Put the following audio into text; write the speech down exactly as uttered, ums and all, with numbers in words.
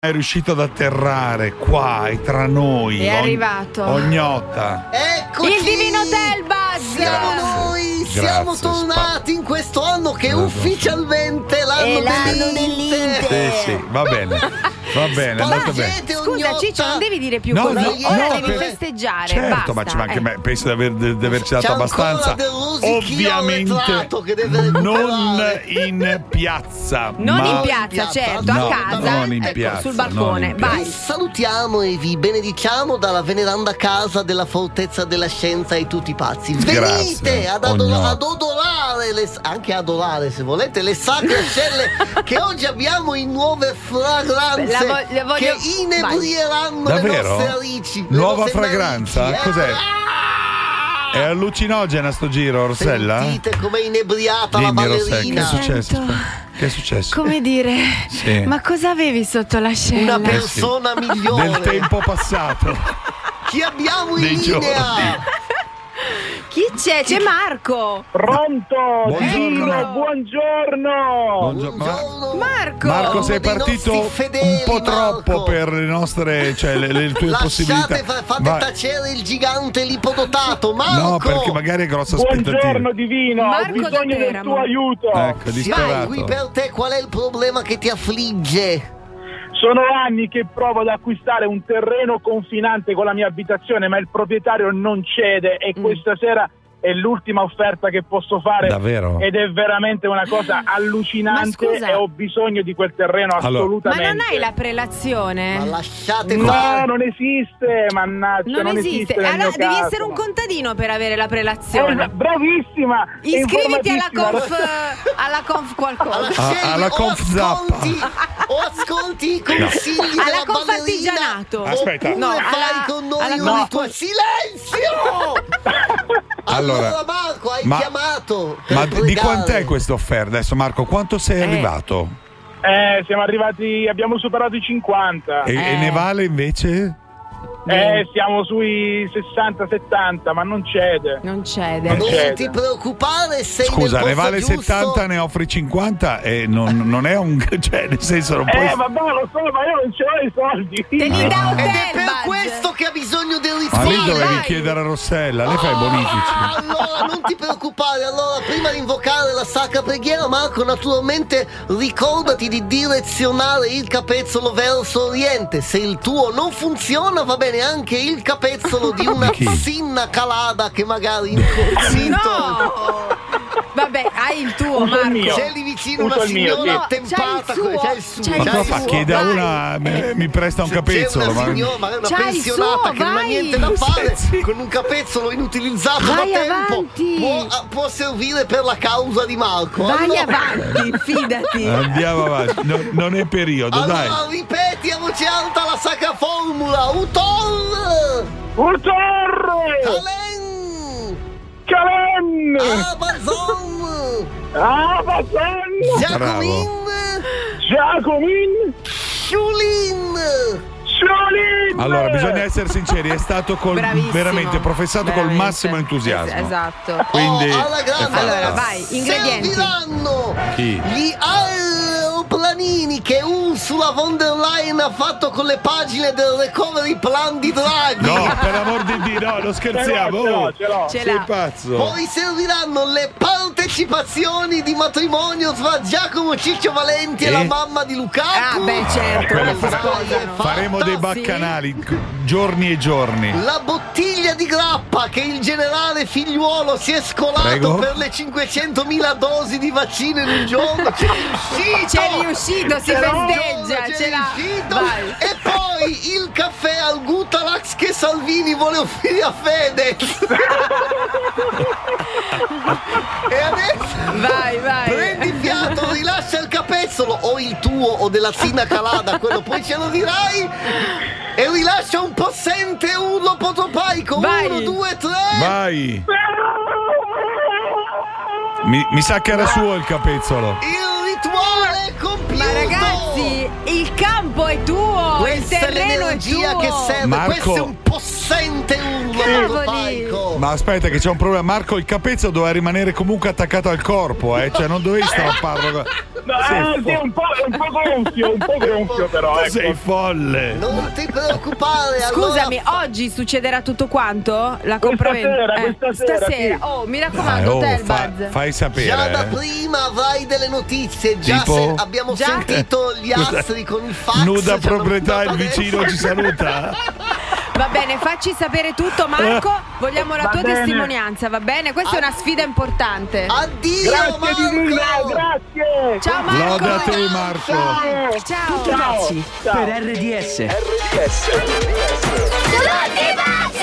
è riuscito ad atterrare qua e tra noi. È arrivato. Ognotta. Eccoci. Il divino Telbas. Siamo noi, siamo Grazie, tornati in questo anno che è ufficialmente l'anno, È l'anno dell'Inter. Sì, sì, va bene. Va bene, è andato bene. Spalmagete Scusa Ognotta. Ciccio, non devi dire più No, così. no, Ora no, devi per- festeggiare. Certo, basta, ma ci manca, eh. me- penso di, aver, di averci dato C'è abbastanza. ancora del rosichino Ovviamente arretrato che deve non recuperare. in piazza. Non ma in piazza, piazza, certo, no, a casa, non in ecco, piazza, sul non balcone. in piazza. Vai. Vi salutiamo e vi benediciamo dalla veneranda casa della fortezza della scienza ai tutti pazzi. Venite Grazie, ad, ador- ognotta. ad odorare, le, anche adorare se volete, le sacre ascelle che oggi abbiamo in nuove fragranze La vo- la voglio- che inebrieranno le Davvero? nostre narici. le Nuova nostre fragranza? narici, eh. Cos'è? È allucinogena sto giro, Rossella? Sentite com'è inebriata Dimmi, la Rossella, che è ballerina. successo? Sento. Che è successo? Come dire? Sì. Ma cosa avevi sotto l'ascella? Una persona migliore. Del tempo passato. Chi abbiamo in Dei linea? giorni. Chi c'è? C'è Marco. Pronto? Buongiorno. Dino, buongiorno! Buongiorno. Ma- Buongiorno. Marco. Marco, sei Dei partito nostri fedeli, un po' troppo Marco. per le nostre, cioè le, le tue possibilità. Lasciate, fa- fate Vai. tacere il gigante lipodotato, Marco. No, perché magari è grossa aspettativa. Buongiorno Divino, Marco ho bisogno da del Teramo. tuo aiuto. Ecco, Siamo disperato. qui per te, qual è il problema che ti affligge? Sono anni che provo ad acquistare un terreno confinante con la mia abitazione, ma il proprietario non cede e Mm. questa sera è l'ultima offerta che posso fare. Davvero? Ed è veramente una cosa allucinante Ma scusa. e ho bisogno di quel terreno Allora. Ma assolutamente. non hai la prelazione? Ma lasciate No, fare. non esiste, mannaggia, Non, non, esiste. nel Allora mio devi caso. essere un contadino per avere la Eh, prelazione. bravissima! Iscriviti alla informatissima. conf, alla conf qualcosa. Alla Ah, scegli, alla o conf zappa. ascolti, o ascolti i consigli Alla della conf ballerina, artigianato. Aspetta. oppure No, fai alla- con noi alla una conf- tua silenzio. Allora, Allora Marco, hai ma- chiamato per Ma di pregare. quant'è questa offerta? Adesso Marco, quanto sei Eh. arrivato? Eh, siamo arrivati, abbiamo superato i cinquanta. E, e Eh. ne vale invece? Eh, siamo sui sessanta settanta, ma non cede. Non cede. Non Non Cede. ti preoccupare, sei Scusa, nel ne posto vale giusto. settanta, ne offri cinquanta e non, non è un... cioè nel senso non puoi... Eh, vabbè, lo so, ma io non ce l'ho i soldi. Te li dà un Ed è per Telbas. questo che ha bisogno del Ma lì risparmio. dovevi Vai. chiedere a Rossella, lei fa i bonifici. Ah, allora non ti preoccupare, allora prima di invocare la sacra preghiera, Marco, naturalmente ricordati di direzionare il capezzolo verso oriente. Se il tuo non funziona, va bene anche il capezzolo di una Di chi? sinna calada che magari incorsi intorno. No! Vabbè, hai il tuo, Uso il Marco. mio. C'è lì vicino Uso una il mio, signora sì. attempata, C'hai il suo, c'è il suo. c'hai Ma il cosa c'è il fa? suo. Chiede a vai. una... mi, mi presta un capezzolo. C'è una ma- signora, magari una C'hai il pensionata suo, che non ha vai. niente da fare, Sì. con un capezzolo inutilizzato Vai da tempo, avanti. può, può servire per la causa di Marco. Vai Allora- avanti, fidati. Andiamo avanti, No- non è periodo, dai. Allora ripeti a voce alta la sacra formula. Utor, Utorre! Calen, Calen! Amazon, Amazon! Giacomin, Giacomin! Shulin. Solin! Allora, bisogna essere sinceri, è stato col, Bravissimo. veramente professato col Veramente. massimo entusiasmo. Es- esatto. Quindi Oh, alla grande. è fatta. Allora, vai, ingredienti. Serviranno Chi? gli aeroplanini che Ursula von der Leyen ha fatto con le pagine del recovery plan di Draghi. No, per l'amor di Dio, no, non scherziamo. Ce l'ho, oh. ce l'ho. Ce Sei l'ha. pazzo. Poi serviranno le partecipazioni di matrimonio tra Giacomo Ciccio Valenti e, E? la mamma di Lukaku. Ah, beh, certo, ora si Dai, sposano. fa- Faremo dei baccanali c- giorni e giorni. La bottiglia di grappa che il generale Figliuolo si è scolato Prego. per le cinquecentomila dosi di vaccino in un giorno. C'è riuscito! C'è riuscito, si Ce l'ho, festeggia, C'è ce l'ha. riuscito. Vai. E poi il caffè al Gutalax che Salvini vuole offrire a Fedez. E adesso Vai, vai. prendi fiato, rilascia il capezzolo, o il tuo o della Sina Calada, quello poi ce lo dirai, e rilascia un possente urlo potopaico. Vai. Uno, due, tre. Vai. Mi, mi sa che era suo il capezzolo. Il rituale è compiuto. Ma ragazzi, il campo è tuo, il questa è terreno è l'energia tuo. che serve. Marco. Questo è un possente urlo. Marco Cavoli. Falco. Ma aspetta che c'è un problema. Marco, il capezzolo doveva rimanere comunque attaccato al corpo, eh? Cioè non dovevi strapparlo. No, eh, sì, un po', un po' gonfio, un po' gonfio però, Tu ecco. sei folle. Non ti preoccupare, Scusami, allora... oggi succederà tutto quanto? La Questa compravendita? sera, questa sera, stasera. sì. Oh, mi Dai, raccomando, oh, Hotel fa- Buzz. fai sapere. Già da eh. prima avrai delle notizie, già Tipo? se abbiamo Già? sentito gli astri con il fax. Nuda ci hanno proprietà, il mandato vicino adesso. ci saluta. Va bene, facci sapere tutto, Marco. Vogliamo la Va tua bene. testimonianza, va bene? Questa è una sfida importante. Addio Grazie Marco! divina, grazie. Ciao Marco. Lode a te, Marco. Ciao. Ciao. Ciao. Ciao. Per R D S. R D S. Tutti pazzi!